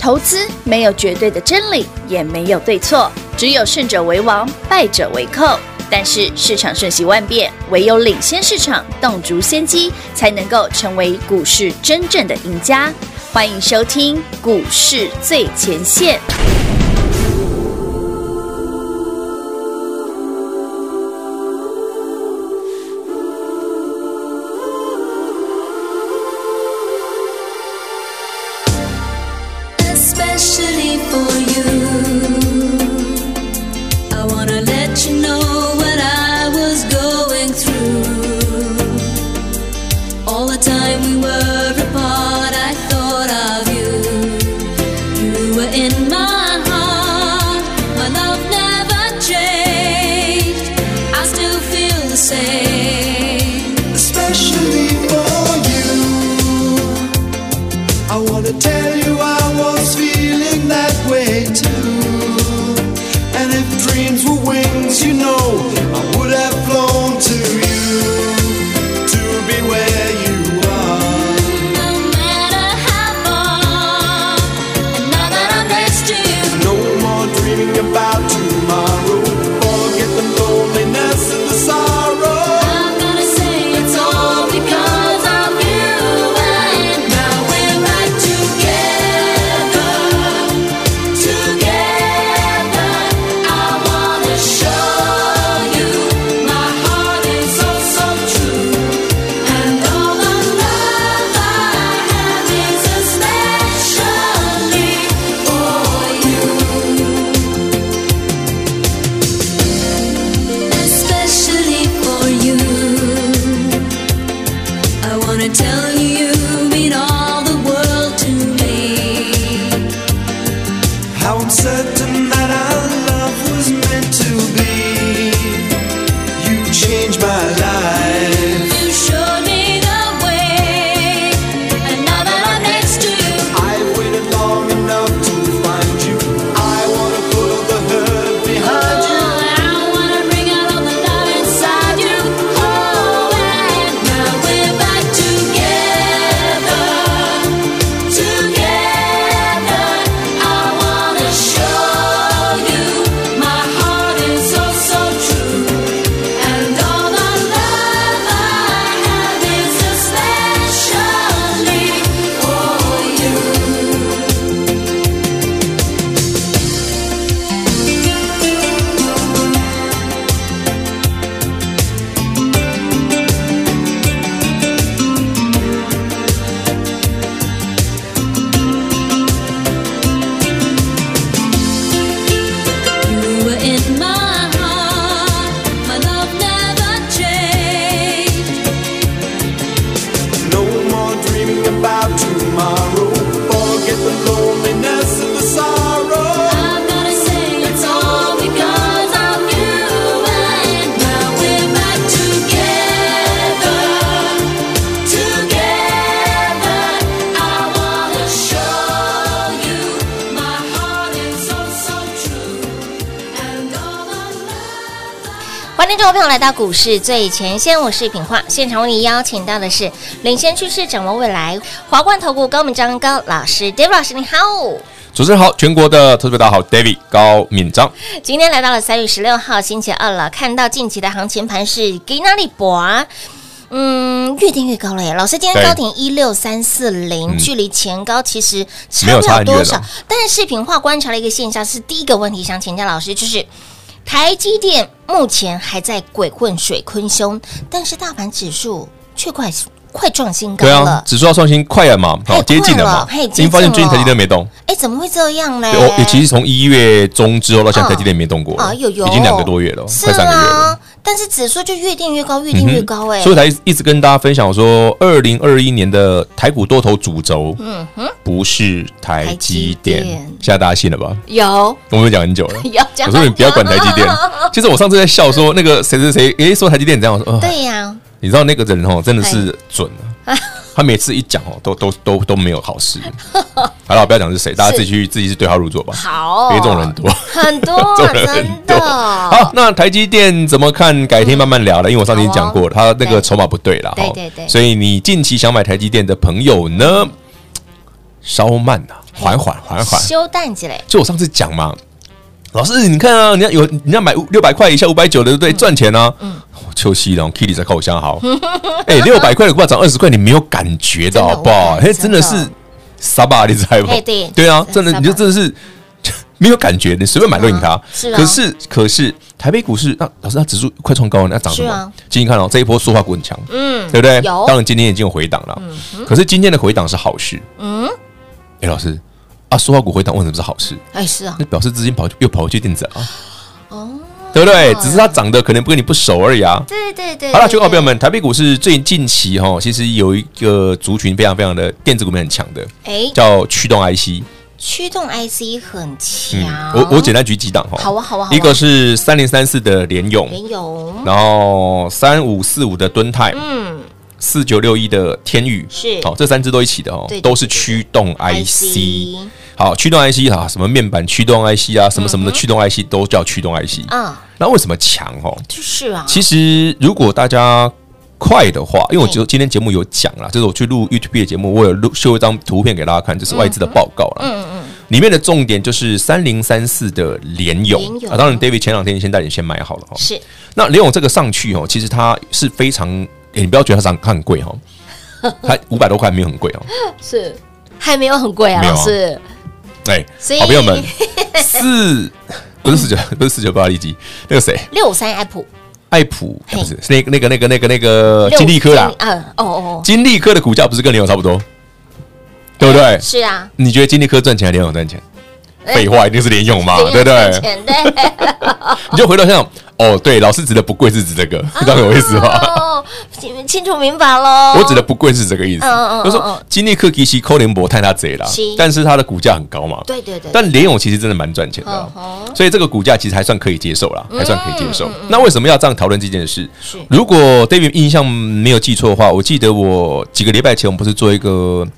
投资没有绝对的真理，也没有对错，只有胜者为王，败者为寇。但是市场瞬息万变，唯有领先市场，洞烛先机，才能够成为股市真正的赢家。欢迎收听股市最前线。 Especially for you, I wanna let you know what I was going through. All the time we were apart, I thought of you. You were in my heart, my love never changed. I still feel the same. Especially for you, I wanna tell you I was feeling that way too. And if dreams were wings, you know I would have flown to you, to be where you are. No matter how far, and now that I'm next to you, No more dreaming about tomorrow. Forget the loneliness and the sorrow. I'm gonna say it's all because of you. And now we're right together, together. I wanna show you my heart is so, so true. And all the love I have is especially for you. Especially for you, I wanna tell you you mean all the world to me. How I'm certain that our love was meant to be. You changed my life. You showed me the way, and now that I'm next to you, I've waited long enough to find you. I wanna put all the hurt behind you. I wanna bring out all the love inside you. Oh, and now we're back together, together. I wanna show you my heart is so, so true. And all the love I have is especially for you. You were in my heart, my love never changed. No more dreaming about tomorrow. Forget the loneliness and the sorrow. I'm gonna say it's all because of you. And now we're back together, together. I wanna show you my heart is so, so true. And all the love 欢迎各位朋友来到股市最前线，我是品化，现场为你邀请到的是领先趋势、掌握未来华冠投顾高敏章高老师 ，David 老师，你好。 主持人好，全国的投资者大家好 ，David 高敏章。 今天来到了3月16号星期二了，看到近期的行情盘是给哪里博啊？越定越高了耶！老师，今天高点16340，距离前高其实差不了多少。但是品化观察了一个现象，是第一个问题想请教老师，就是台积电目前还在鬼混水坤凶，但是大盘指数却快创新高了。 对啊，指数要创新快了嘛，好接近了嘛。您发现最近台积电没动？ 哎，怎么会这样呢？ 也其实从1月中之后到现在，台积电没动过了， 已经 2个多月了，快3个月了。 但是指数就越定越高，越定越高哎、 所以才一直跟大家分享说2021年的台股多头主轴，不是台积电，现在大家信了吧？ 有， 我们讲很久了。 有讲， 我说你不要管台积电。其实我上次在笑说那个谁谁谁，说台积电这样，我说对呀， 你知道那个人真的是准了。他每次一讲都没有好事。好了，不要讲是谁，大家自己去对号入座吧。 好， 因为这种人多很多，真的。 好，那台积电怎么看？改天慢慢聊了，因为我上次已经讲过了，他那个筹码不对了。 对对对。 所以你近期想买台积电的朋友呢，稍慢啊。 缓缓， 休淡季嘞， 就我上次讲嘛，老师你看啊，人家买600块以下590的，对不对？赚钱啊。秋夕然后 Kitty 在口香好，600块的股票涨20块，你没有感觉到好不好？真的是傻吧，你知道不？对啊，真的你就真的是没有感觉，你随便买都赢它。 是啊。 可是台北股市，那老师，它指数快创高了，那涨什么？今天看到这一波说话股很强，对不对？当然今天已经有回档了，可是今天的回档是好事。老师啊，说话股回档为什么是好事？ 是啊， 那表示资金又跑回去电子啊。对不对？只是它涨得可能跟你不熟而已啊。 对。 好了，全国朋友们，台北股市最近期其实有一个族群非常非常的电子股很强的，叫驱动 IC。 驱动 IC 很强。 我简单举几档好啊。 一个是3034的联咏，然后3545的敦泰，4961的天宇， 是这3支都一起的都是驱动 IC。好，驱动 IC 什么面板驱动 IC 啊，什么什么的驱动 IC 都叫驱动 IC 啊。那为什么强就是啊，其实如果大家快的话，因为我今天节目有讲啦，就是我去录 YouTube 的节目，我有秀一张图片给大家看，这是外资的报告啦。里面的重点就是3034的联咏啊，当然 David 前2天先带你先买好了是。 那联咏这个上去其实它是非常，你不要觉得它很贵它500多块没有很贵是还没有很贵啊，老师。 好朋友们，不是4988利基，那个谁 ，653 爱普不是那个金利科啦，金利科的股价不是跟联咏差不多，对不对？ 是啊， 你觉得金利科赚钱还是联咏赚钱？废话，一定是联咏嘛，对不对？你就回头想，对，老师指的不贵是指这个，你知道我意思吗？ 清楚明白喽。 我指的不贵是这个意思，就是说金利科其实扣联博太它贼了，但是它的股价很高嘛， 对。 但联咏其实真的蛮赚钱的，所以这个股价其实还算可以接受啦，还算可以接受。那为什么要这样讨论这件事？如果 David 印象没有记错的话，我记得我几个礼拜前我们不是做一个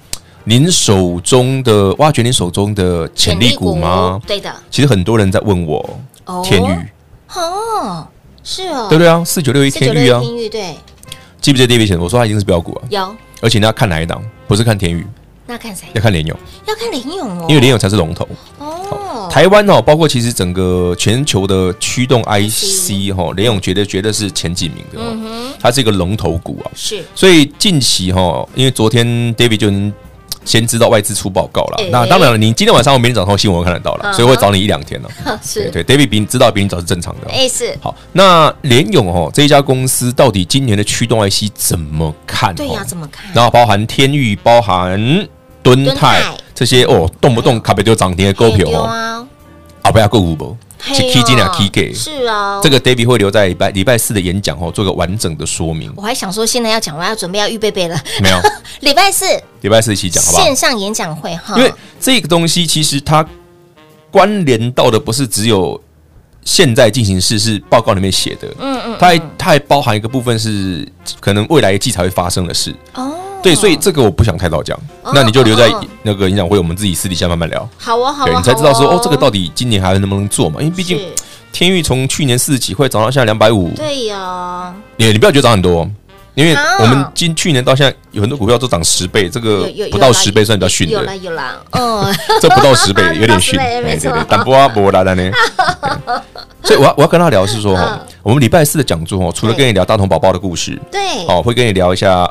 挖掘您手中的潜力股吗？ 对的。 其实很多人在问我天宇， 是哦， 对啊，4961天宇啊， 对。 记不记得 David 我说它一定是标股啊？ 有。 而且你要看哪一档，不是看天宇， 那看谁？ 要看联咏， 因为联咏才是龙头。台湾包括其实整个全球的驱动 IC 联咏绝对是前几名的，它是一个龙头股啊。 是。 所以近期因为昨天 David 就先知道外资出报告了，那当然了，你今天晚上我明天早上新闻看得到了，所以会找你1-2天了。 是， 对 ，David 知道比你早是正常的。 是。 好，那联咏这一家公司到底今年的驱动 IC 怎么看？ 对呀，怎么看？ 然后包含天宇、包含敦泰这些动不动卡贝就涨停的股票不要购物不？是 K 金俩 K 给是啊， 这个 David 会留在礼拜4的演讲做个完整的说明。 我还想说现在要讲完，要准备要预备了， 没有， 礼拜四一起讲好不好？ 线上演讲会哈， 因为这个东西其实它关联到的不是只有现在进行式是报告里面写的，它还包含一个部分是可能未来一季才会发生的事对，所以这个我不想太早讲，那你就留在那个演讲会，我们自己私底下慢慢聊。 好啊， 对，你才知道说这个到底今年还能不能做嘛？因为毕竟天宇从去年40几块涨到现在250， 对呀。 你不要觉得涨很多，因为我们去年到现在有很多股票都涨10倍，这个不到10倍算比较逊的。 有啦， 这不到10倍有点逊， 没错。 但不拉呢。所以我要跟他聊是说我们礼拜4的讲座除了跟你聊大同宝宝的故事， 对， 会跟你聊一下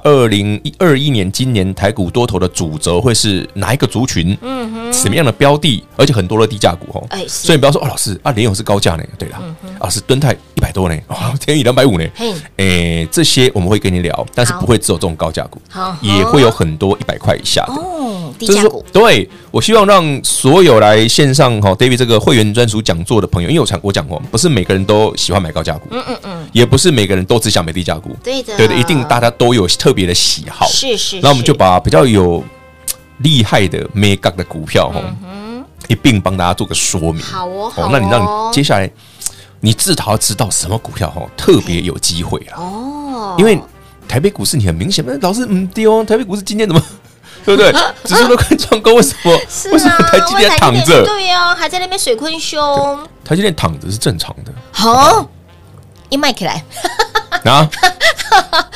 2021年今年台股多头的主轴会是哪一个族群，什么样的标的，而且很多的低价股所以你不要说老师联咏是高价呢，对啦，是敦泰100多呢，天宇250呢，这些我们会跟你聊，但是不会只有这种高价股，也会有很多100块以下的低价股。 对，我希望让所有来线上David 这个会员专属讲座的朋友，因为我讲过，不是每个人都喜欢买高价股，也不是每个人都只想买低价股， 对的， 一定大家都有特别的喜好， 是。 那我们就把比较有厉害的 mega 的股票一并帮大家做个说明。 好， 那你让你接下来你至少要知道什么股票特别有机会了因为台北股市你很明显，老师对台北股市今天怎么？对不对？指数都快创高，为什么台积电躺着？ 对啊，还在那边水坤兄。 台积电躺着是正常的。 好，一卖起来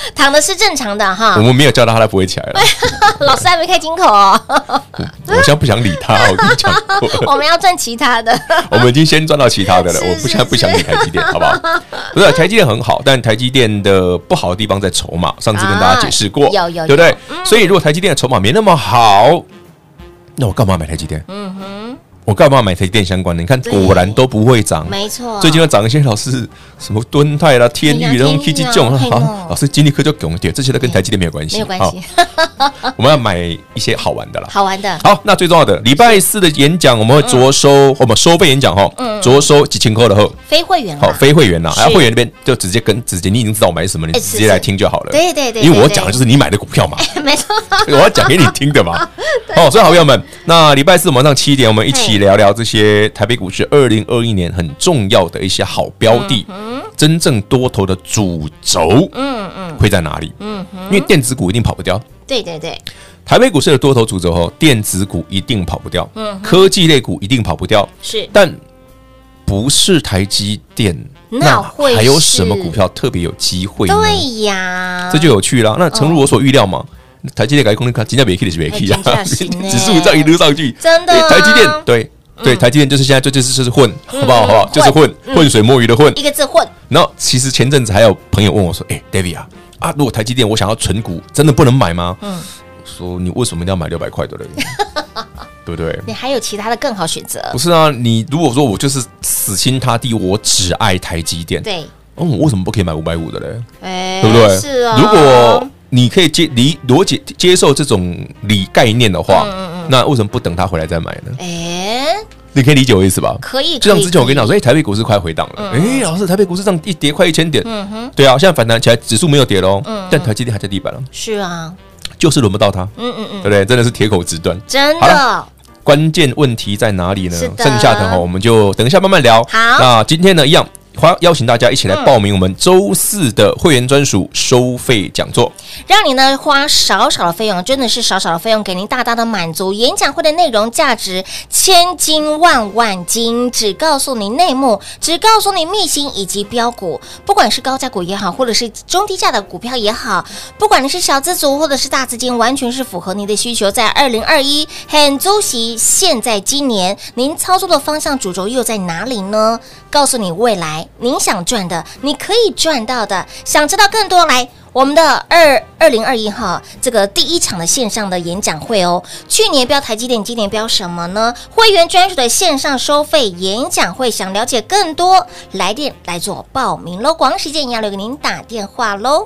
躺的是正常的哈我。们没有叫他不会起来了。 老师还没开金口哦， 我现在不想理他，我跟你讲过了。 我们要赚其他的。 我们已经先赚到其他的了， 是我现在不想理台积电，好不好？不是台积电很好，但台积电的不好的地方在筹码，上次跟大家解释过， 有对不对？所以如果台积电的筹码没那么好，那我干嘛买台积电？我干嘛买台积电相关的？你看，果然都不会涨。 没错， 最近要涨一些老师，什么敦泰啦、天宇那种 K G 种，好，老师金立科就拱点，这些都跟台积电没有关系。 没有关系。 我们要买一些好玩的啦。 好玩的。 好，那最重要的，礼拜四的演讲我们会着收，我们收费演讲哈，着收几千块的后， 非会员好，非会员呐，然后会员那边就直接你已经知道我买什么，你直接来听就好了。 对， 因为我讲的就是你买的股票嘛， 没错， 我要讲给你听的嘛。好，所以好朋友们，那礼拜四晚上7点，我们一起聊聊这些台北股市2021年很重要的一些好标的，真正多头的主轴，会在哪里？因为电子股一定跑不掉。 对， 台北股市的多头主轴后，电子股一定跑不掉，科技类股一定跑不掉， 是， 但不是台积电，那还有什么股票特别有机会呢？ 对呀， 这就有趣了。那诚如我所预料嘛，台积电改空看，今天别 K 的是别 K 啊，指数这样一路上去， 真的， 台积电对，台积电就是现在就是混，好不好？就是混水摸鱼的混， 一个字混。 然后其实前阵子还有朋友问我说：“David 啊，如果台积电我想要存股，真的不能买吗？”说你为什么一定要买600块的嘞？对不对？ 你还有其他的更好选择？ 不是啊，你如果说我就是死心塌地，我只爱台积电， 对， 我为什么不可以买550的嘞？ 对不对？ 是啊。 如果你可以接受这种概念的话，那为什么不等它回来再买呢？你可以理解我意思吧？ 可以。 就像之前我跟你讲说，台北股市快回档了。老师，台北股市这样一跌快1000点。对啊，现在反弹起来，指数没有跌喽，但台积电还在地板了。 是啊， 就是轮不到它。对不对？真的是铁口直断。 真的。 关键问题在哪里呢？ 剩下的我们就等一下慢慢聊。 好， 那今天呢，一样邀请大家一起来报名我们周四的会员专属收费讲座， 让你呢花少少的费用，真的是少少的费用，给您大大的满足。演讲会的内容价值千金万金，只告诉你内幕，只告诉你秘辛以及标股，不管是高价股也好，或者是中低价的股票也好，不管你是小资族或者是大资金，完全是符合您的需求。在2021很足席，现在今年您操作的方向主轴又在哪里呢？告诉你未来您想赚的，你可以赚到的。想知道更多，来我们的2021号这个第一场的线上的演讲会哦。去年标台积电，今年标什么呢？会员专属的线上收费演讲会，想了解更多，来电来做报名喽。广告时间也要留给您打电话喽。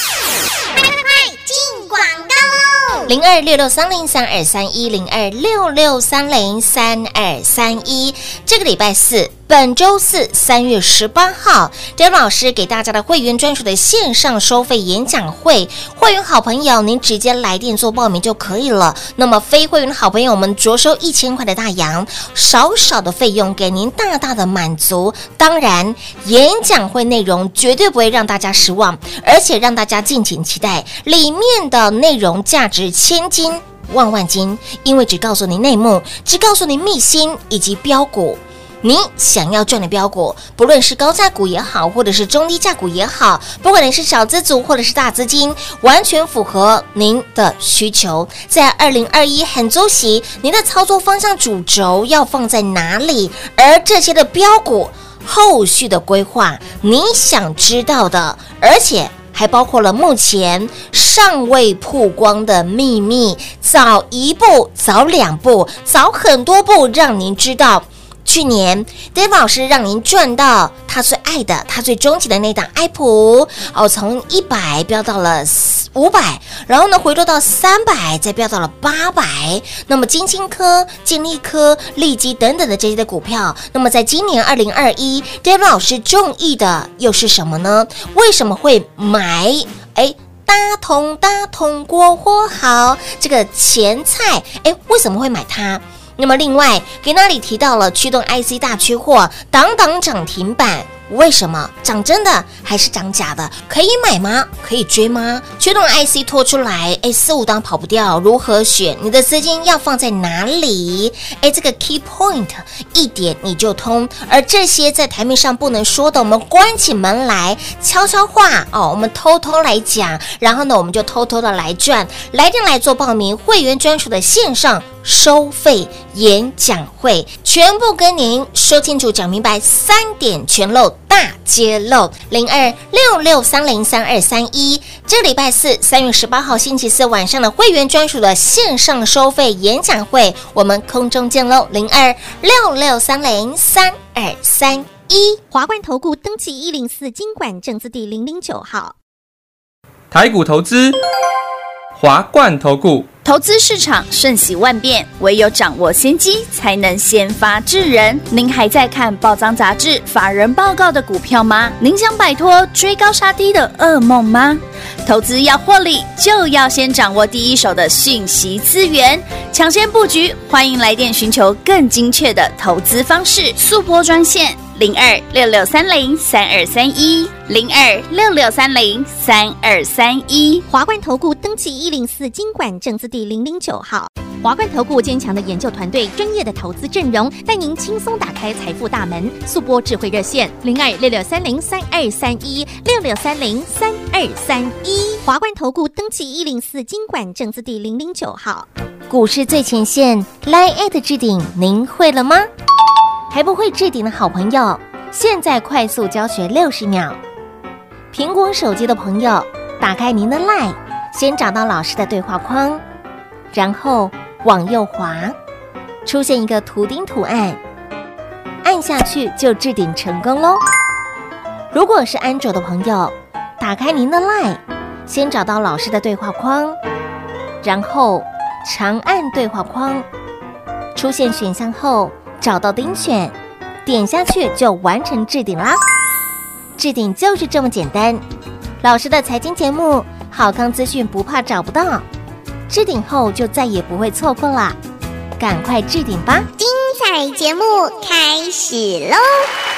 进广告喽，0266303231，0266303231。这个礼拜四，本周四3月18号，David老师给大家的会员专属的线上收费演讲会，会员好朋友您直接来电做报名就可以了。那么非会员的好朋友，我们着收1000块的大洋，少少的费用给您大大的满足。当然，演讲会内容绝对不会让大家失望，而且让大家敬请期待里面的内容价值千金万金，因为只告诉你内幕，只告诉你秘辛以及标股。你想要赚的标股，不论是高价股也好，或者是中低价股也好，不管你是小资族或者是大资金，完全符合您的需求。在2021很足席，您的操作方向主轴要放在哪里？而这些的标股后续的规划，你想知道的，而且还包括了目前尚未曝光的秘密，早一步，早2步，早很多步，让您知道。去年 David 老师让您赚到他最爱的、他最终极的那档爱普从100飙到了500，然后呢回落到300，再飙到了800。那么金星科、金利科、利基等等的这些的股票，那么在今年2021 David 老师中意的又是什么呢？为什么会买？大同国货好，这个前菜，为什么会买它？那么另外，给那里提到了驱动 IC 大缺货，档涨停板， 为什么？涨真的还是涨假的？可以买吗？可以追吗？驱动 IC 拖出来，4、5档跑不掉，如何选？你的资金要放在哪里？这个 key point 一点你就通。而这些在台面上不能说的，我们关起门来悄悄话我们偷偷来讲，然后呢，我们就偷偷的来赚。来电来做报名，会员专属的线上收费演讲会，全部跟您说清楚讲明白，3点全漏大揭露。0266303231，这礼拜四3月18号星期四晚上的会员专属的线上收费演讲会，我们空中见喽！0266303231。 华冠投顾登记104金管证字第009号。 台股投资，华冠投顾。 投资市场瞬息万变，唯有掌握先机，才能先发制人。您还在看报章杂志、法人报告的股票吗？您想摆脱追高杀低的噩梦吗？投资要获利，就要先掌握第一手的讯息资源，抢先布局。欢迎来电寻求更精确的投资方式，速拨专线0266303231，0266303231。 华冠投顾登记104金管证字第009号。华冠投顾坚强的研究团队，专业的投资阵容，带您轻松打开财富大门。速拨智慧热线0266303231，66303231。华冠投顾登记104金管证字第009号。 股市最前线 Line@ 置顶，您会了吗？还不会置顶的好朋友，现在快速教学60秒。苹果手机的朋友，打开您的 Line， 先找到老师的对话框，然后往右滑，出现一个图钉图案，按下去就置顶成功咯。如果是安卓的朋友，打开您的 Line， 先找到老师的对话框，然后长按对话框，出现选项后找到钉选，点下去就完成置顶啦。置顶就是这么简单。老师的财经节目，好康资讯不怕找不到，置顶后就再也不会错过啦，赶快置顶吧！ 精彩节目开始喽！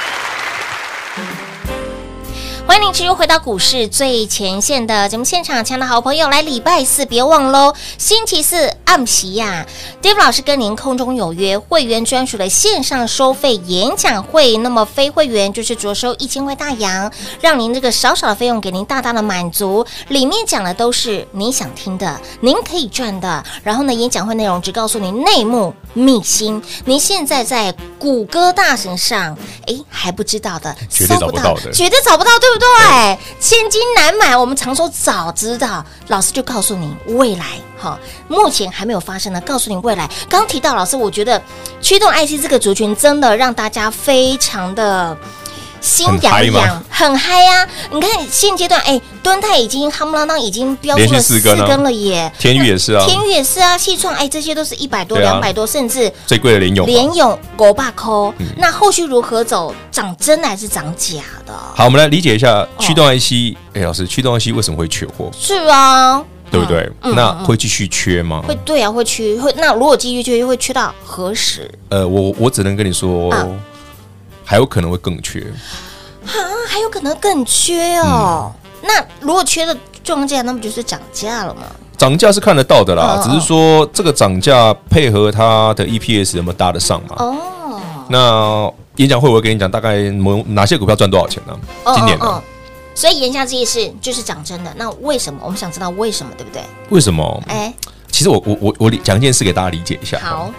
欢迎您持续回到股市最前线的节目现场，亲爱的好朋友，来礼拜四别忘喽，星期四暗时呀，Dave 老师跟您空中有约，会员专属的线上收费演讲会，那么非会员就是着收1000块大洋，让您这个少少的费用给您大大的满足，里面讲的都是您想听的，您可以赚的，然后呢，演讲会内容只告诉您内幕秘辛，您现在在谷歌大神上，还不知道的， 绝对找不到的， 绝对找不到，对不对？千金难买，我们常说早知道，老师就告诉你未来，目前还没有发生的，告诉你未来。刚刚提到老师，我觉得驱动 IC 这个族群真的让大家非常的心痒痒，很嗨啊！你看现阶段，敦泰已经夯不啷当已经标出了4根了耶， 天宇也是啊， 细创这些都是100多、200多，甚至最贵的联咏 500块。那后续如何走？涨真的还是涨假的？ 好，我们来理解一下驱动 IC。老师，驱动 IC 为什么会缺货？ 是啊， 对不对？那会继续缺吗？ 会，对啊，会缺。那如果继续缺，会缺到何时？ 我只能跟你说，还有可能会更缺。 还有可能更缺哦。那如果缺的状况下，那不就是涨价了吗？ 涨价是看得到的啦，只是说这个涨价配合它的 EPS 有没有搭得上嘛？那演讲会我会跟你讲，大概哪些股票赚多少钱呢？今年的。 所以言下之意是就是涨真的。那为什么？我们想知道为什么，对不对？ 为什么？其实我讲一件事给大家理解一下。 好。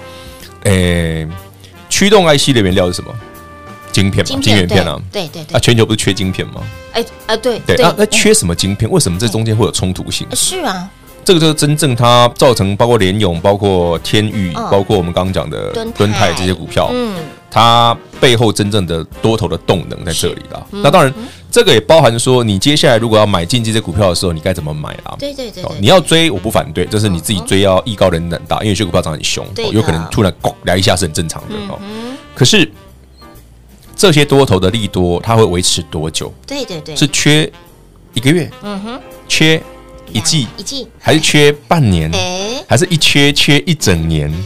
驱动 IC 的原料是什么？晶片嘛，晶圆片啊， 对。 全球不是缺晶片吗？ 对。 那缺什么晶片？为什么这中间会有冲突性？ 是啊， 这个就是真正它造成包括联咏、包括天宇、包括我们刚刚讲的敦泰这些股票，它背后真正的多头的动能在这里啦。那当然，这个也包含说，你接下来如果要买进这些股票的时候，你该怎么买啦？ 对， 你要追我不反对，这是你自己追要艺高人胆大，因为有些股票涨很凶，有可能突然来一下是很正常的哦。可是这些多头的利多，它会维持多久？ 对， 是缺1个月，缺1季，还是缺半年，还是缺1整年？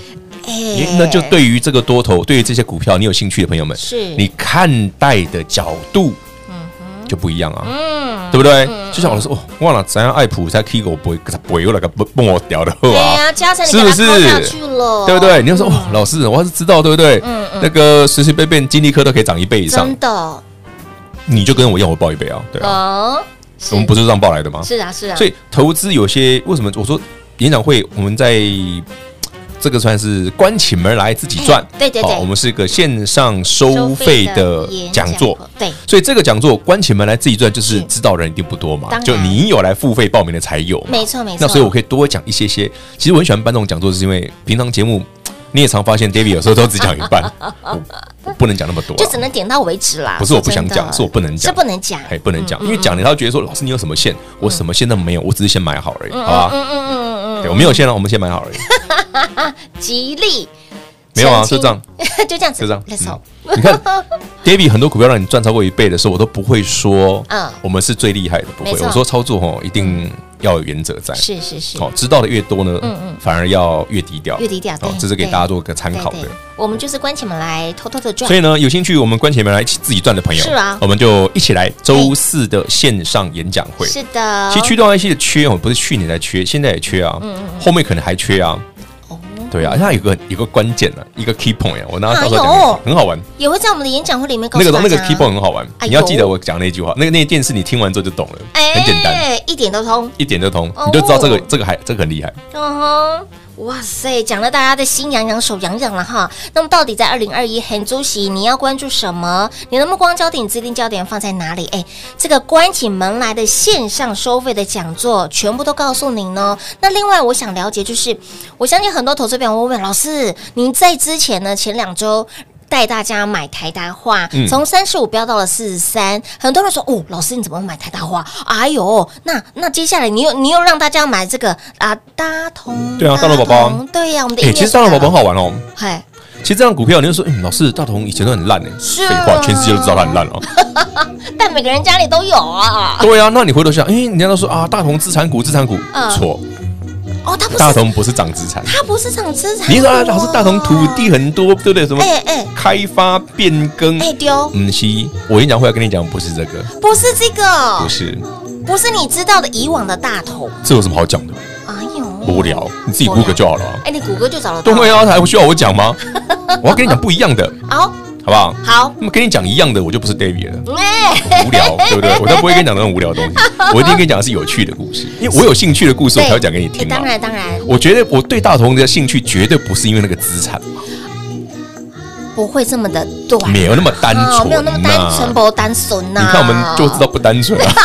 那就对于这个多头，对于这些股票你有兴趣的朋友们， 是你看待的角度就不一样啊，对不对？就像我说，忘了怎样爱普才 K 狗不会有那个蹦我掉的， 对啊，加成你给它抠下去了， 对不对？你就说老师，我还是知道，对不对？那个随随便便金利科都可以涨1倍以上， 真的， 你就跟我一样，我报1倍啊，对啊，我们不是这样报来的吗？ 是啊，是啊。 所以投资有些为什么我说演讲会我们在这个算是关起门来自己赚， 对对对， 我们是一个线上收费的讲座， 对， 所以这个讲座关起门来自己赚，就是知道的人一定不多嘛，就你有来付费报名的才有， 没错没错。 那所以我可以多讲一些，其实我很喜欢办这种讲座，是因为平常节目你也常发现 David 有时候都只讲一半，我不能讲那么多， 就只能点到为止啦。 不是我不想讲，是我不能讲， 是不能讲， 不能讲，因为讲了他觉得说老师你有什么线，我什么线都没有，我只是先买好而已，好吧？对，我没有线了，我们先买好而已。 吉利没有啊，就这样， 就这样子， 就这样。 Let's go。 你看 ，David 很多股票让你赚超过1倍的时候，我都不会说，我们是最厉害的，不会。我说操作一定要有原则在， 是， 知道的越多呢，反而要越低调， 越低调。 这是给大家做个参考的。 我们就是关起门来偷偷的赚。 所以呢，有兴趣我们关起门来自己赚的朋友， 是啊， 我们就一起来周4的线上演讲会。 是的， 其实驱动 IC 的缺不是去年才缺，现在也缺啊，后面可能还缺啊。对啊，它有个关键啊，一个 key point 啊，我拿到时候讲很好玩， 也会在我们的演讲会里面告诉大家。 那个 key point 很好玩，你要记得我讲那句话，那件事你听完之后就懂了，很简单， 一点都通， 你就知道这个很厉害。 哇塞，讲了大家的心痒痒手痒痒了哈。那么到底在2021很主席你要关注什么？你的目光焦点、资金焦点放在哪里？这个关起门来的线上收费的讲座全部都告诉您呢。那另外我想了解就是，我相信很多投资朋友会问老师，您在之前呢前2周带大家买台达化，从35飙到了43，很多人说哦，老师你怎么买台达化？哎呦，那接下来你又让大家买这个大同， 对啊，大同宝宝， 对呀，我们的其实大同宝宝很好玩哦， 嗨。 其实这张股票，你就说，老师，大同以前都很烂废话，全世界都知道它很烂哦。 但每个人家里都有啊。 对啊，那你回头想，人家都说大同资产股，错。 它不是大同不是涨资产， 它不是涨资产。 你说老师，大同土地很多，对不对？什么开发变更？ 丢。 是，我演讲会要跟你讲，不是这个， 不是这个， 不是你知道的以往的大同。 这有什么好讲的？ 哎呦， 无聊，你自己 Google 就好了。 你谷歌就找得到。 对啊，还需要我讲吗？我要跟你讲不一样的。好不好？ 好， 那么跟你讲一样的，我就不是 David 了。无聊，对不对？我都不会跟你讲那种无聊的东西，我一定跟你讲的是有趣的故事，因为我有兴趣的故事，我才会讲给你听。 当然， 我觉得我对大同的兴趣绝对不是因为那个资产， 不会这么的短， 没有那么单纯， 没有那么单纯，不单纯呐。 你看我们就知道不单纯啊。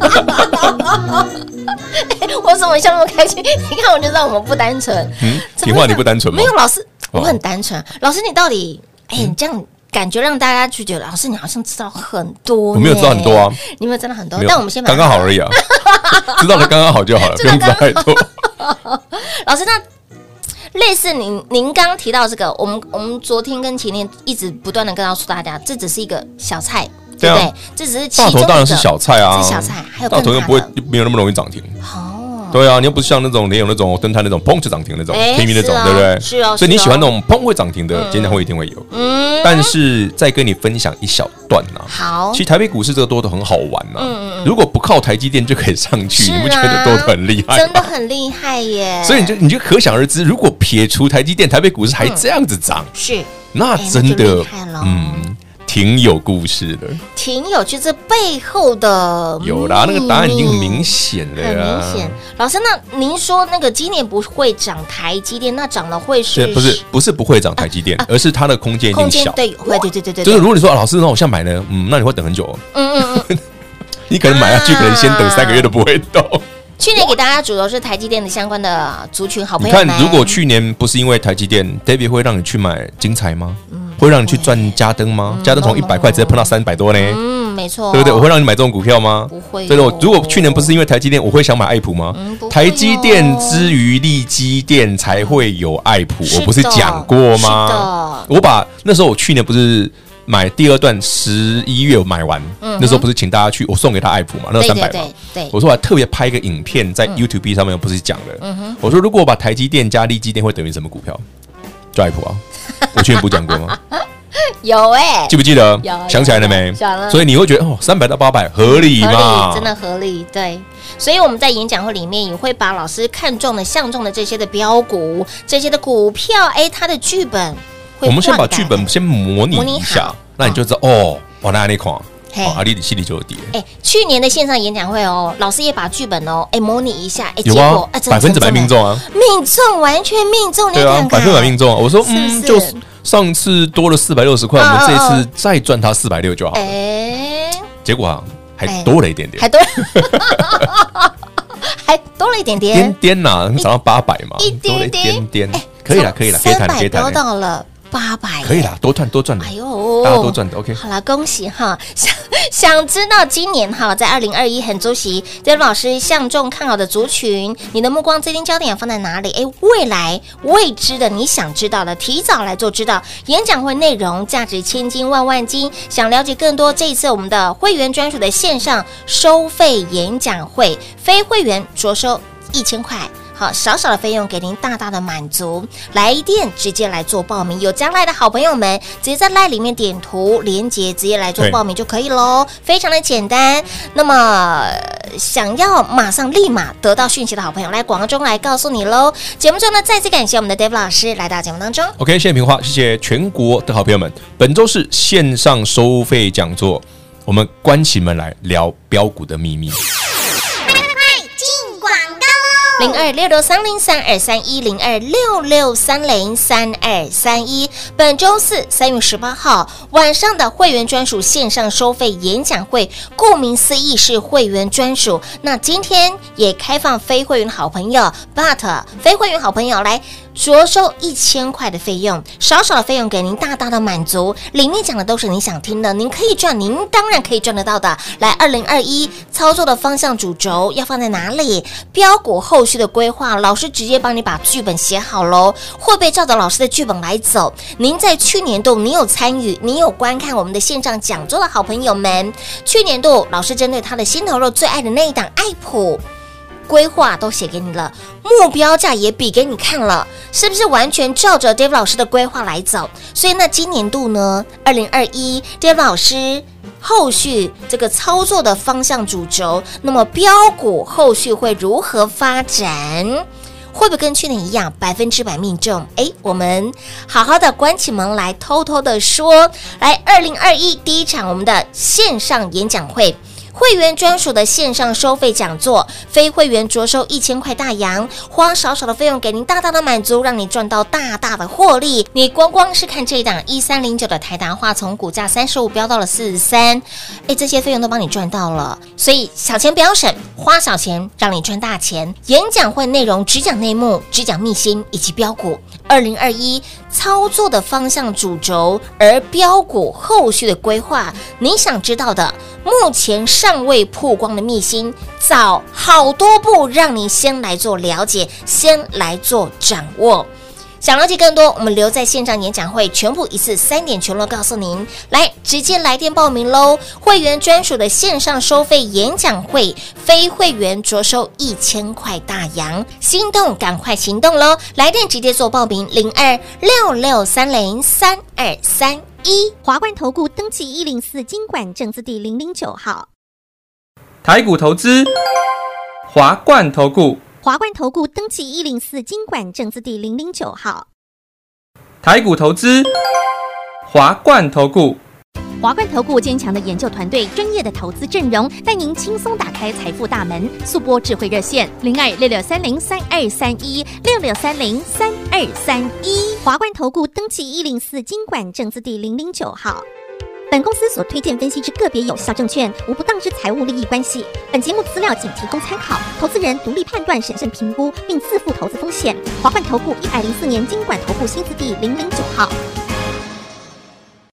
我怎么笑那么开心？你看我就知道我们不单纯。 平话你不单纯吗？ 没有，老师，我很单纯。老师，你到底你这样？感觉让大家去觉得老师你好像知道很多， 我没有知道很多啊， 你没有真的很多，但我们先刚刚好而已啊，知道的刚刚好就好了，不用知道太多。 老师，那类似您刚刚提到这个，我们昨天跟前天一直不断的告诉大家，这只是一个小菜，对不对？这只是其中一个， 大头当然是小菜啊， 是小菜，还有大头又不会没有那么容易涨停。对啊，你又不是像那种连有那种灯塔那种砰就涨停那种，天宇那种，对不对？ 是哦。 所以你喜欢那种砰会涨停的，演讲会一定会有。但是再跟你分享一小段呐。 好。 其实台北股市这个多头很好玩呐。如果不靠台积电就可以上去，你不觉得多头很厉害？ 真的很厉害耶。 所以你就可想而知，如果撇除台积电，台北股市还这样子涨， 是那真的挺有故事的， 挺有趣。这背后的有啦，那个答案已经很明显了呀， 很明显。老师，那您说那个今年不会涨台积电，那涨了会是？ 不是不会涨台积电，而是它的空间一定小。 对，会，对。 就是如果你说老师，那我现在买呢，那你会等很久。你可能买下去，可能先等3个月都不会动。 去年给大家主流是台积电的相关的族群好朋友们。 你看，如果去年不是因为台积电 ，David 会让你去买精彩吗？会让你去赚嘉登吗？嘉登从100块直接碰到300多呢？ 没错， 对不对？我会让你买这种股票吗？ 不会。 对的，如果去年不是因为台积电，我会想买爱普吗？台积电之于力积电才会有爱普，我不是讲过吗？我把那时候我去年不是买第2段11月买完，那时候不是请大家去，我送给他爱普嘛，那300嘛。对，我说我还特别拍一个影片在 YouTube 上面，不是讲了。我说如果我把台积电加力积电会等于什么股票？ 就爱普啊，我去年不讲过吗？ 有哎， 记不记得？ 有想起来了没？ 想了。 所以你会觉得哦，300到800合理嘛？ 真的合理，对。所以我们在演讲会里面也会把老师看中的、相中的这些的标股、这些的股票，它的剧本会， 我们先把剧本先模拟一下，那你就知道哦，我哪里看。阿里心里就有底。 去年的线上演讲会哦，老师也把剧本哦，模拟一下， 结果100%命中啊， 命中，完全命中， 对啊，100%命中啊。我说就上次多了460块，我们这次再赚它460就好。结果啊，还多了一点点， 还多了一点点， 点呐，涨到800嘛，多了一点点，可以了，可以谈，可以谈， 到了。800 可以啦，多赚的， 哎呦， 大家都赚的 ，OK。 好啦，恭喜哈！想知道今年哈，在2021很周期，David老师相中看好的族群，你的目光资金焦点放在哪里？未来未知的，你想知道的，提早来做知道。演讲会内容价值千金万金，想了解更多，这一次我们的会员专属的线上收费演讲会，非会员着收1000块。好，少少的费用给您大大的满足，来电直接来做报名。有将来的好朋友们，直接在 LINE 里面点图连结，直接来做报名就可以咯，非常的简单。那么想要马上立马得到讯息的好朋友，来广告中来告诉你咯。节目中呢，再次感谢我们的 David 老师来到节目当中。 OK， 谢谢平花，谢谢全国的好朋友们。本周是线上收费讲座，我们关起门来聊标股的秘密。 026303231266303231。本周四3月18号晚上的会员专属线上收费演讲会，顾名思义是会员专属。那今天也开放非会员好朋友 ，but 非会员好朋友来着收1000块的费用，少少的费用给您大大的满足。里面讲的都是你想听的，您可以赚，您当然可以赚得到的。来，2021操作的方向主轴要放在哪里？标股后续的规划，老师直接帮你把剧本写好喽，会不会照着老师的剧本来走？您在去年度你有参与，你有观看我们的线上讲座的好朋友们，去年度老师针对他的心头肉最爱的那一档爱普。规划都写给你了，目标价也比给你看了，是不是完全照着 David 老师的规划来走？所以那今年度呢，2021 David 老师后续这个操作的方向主轴，那么标股后续会如何发展？会不会跟去年一样100%命中？我们好好的关起门来偷偷的说，来2021第一场我们的线上演讲会。会员专属的线上收费讲座，非会员着收1000块大洋，花少少的费用给您大大的满足，让你赚到大大的获利。你光是看这一档1309的台达化，从股价35飙到了43，这些费用都帮你赚到了。所以小钱不要省，花小钱让你赚大钱。演讲会内容只讲内幕，只讲秘辛以及标股。2021操作的方向主轴，而标股后续的规划，你想知道的，目前尚未曝光的秘辛，早好多步让你先来做了解，先来做掌握。想了解更多，我们留在线上演讲会，全部一次3点全都告诉您。来，直接来电报名喽！会员专属的线上收费演讲会，非会员着收1000块大洋，心动赶快行动喽！来电直接做报名，0266303231。 华冠投顾登记104金管证字第009号。 台股投资，华冠投顾。 华冠投顾登记104金管证字第009号。 台股投资，华冠投顾。 华冠投顾坚强的研究团队，专业的投资阵容，带您轻松打开财富大门。速播智慧热线026630323166303231。华冠投顾登记104金管证字第009号。本公司所推荐分析之个别有效证券，无不当之财务利益关系。本节目资料仅提供参考，投资人独立判断、审慎评估，并自负投资风险。华冠投顾104年金管投顾新字第009号。